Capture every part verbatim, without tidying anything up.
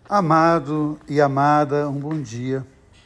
Amado e amada, um bom dia.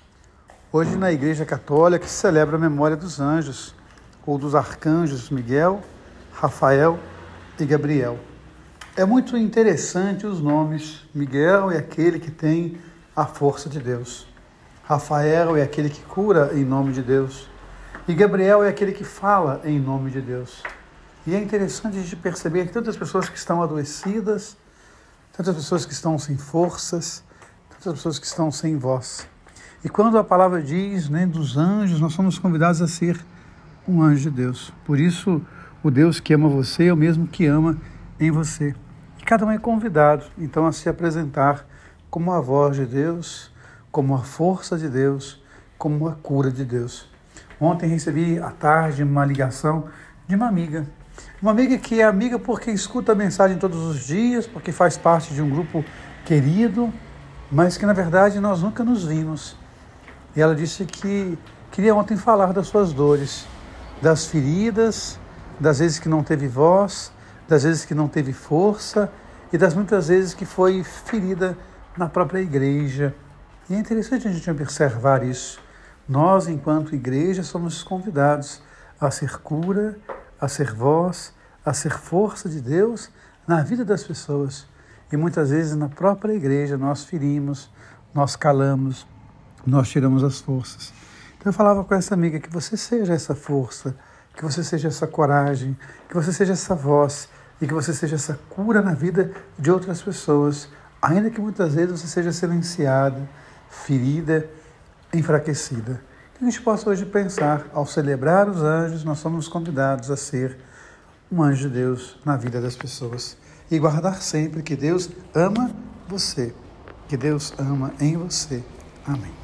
Hoje na Igreja Católica se celebra a memória dos anjos, ou dos arcanjos Miguel, Rafael e Gabriel. É muito interessante os nomes. Miguel é aquele que tem a força de Deus. Rafael é aquele que cura em nome de Deus. E Gabriel é aquele que fala em nome de Deus. E é interessante a gente perceber que tantas pessoas que estão adoecidas, tantas pessoas que estão sem forças, tantas pessoas que estão sem voz. E quando a palavra diz, né, dos anjos, nós somos convidados a ser um anjo de Deus. Por isso, o Deus que ama você é o mesmo que ama em você. E cada um é convidado, então, a se apresentar como a voz de Deus, como a força de Deus, como a cura de Deus. Ontem recebi à tarde uma ligação de uma amiga. Uma amiga que é amiga porque escuta a mensagem todos os dias, porque faz parte de um grupo querido, mas que na verdade nós nunca nos vimos. E ela disse que queria ontem falar das suas dores, das feridas, das vezes que não teve voz, das vezes que não teve força e das muitas vezes que foi ferida na própria igreja. E é interessante a gente observar isso. Nós, enquanto igreja, somos convidados a ser cura, a ser voz, a ser força de Deus na vida das pessoas. E muitas vezes na própria igreja nós ferimos, nós calamos, nós tiramos as forças. Então eu falava com essa amiga que você seja essa força, que você seja essa coragem, que você seja essa voz e que você seja essa cura na vida de outras pessoas, ainda que muitas vezes você seja silenciada, ferida, enfraquecida. Que a gente possa hoje pensar, ao celebrar os anjos, nós somos convidados a ser um anjo de Deus na vida das pessoas. E guardar sempre que Deus ama você, que Deus ama em você. Amém.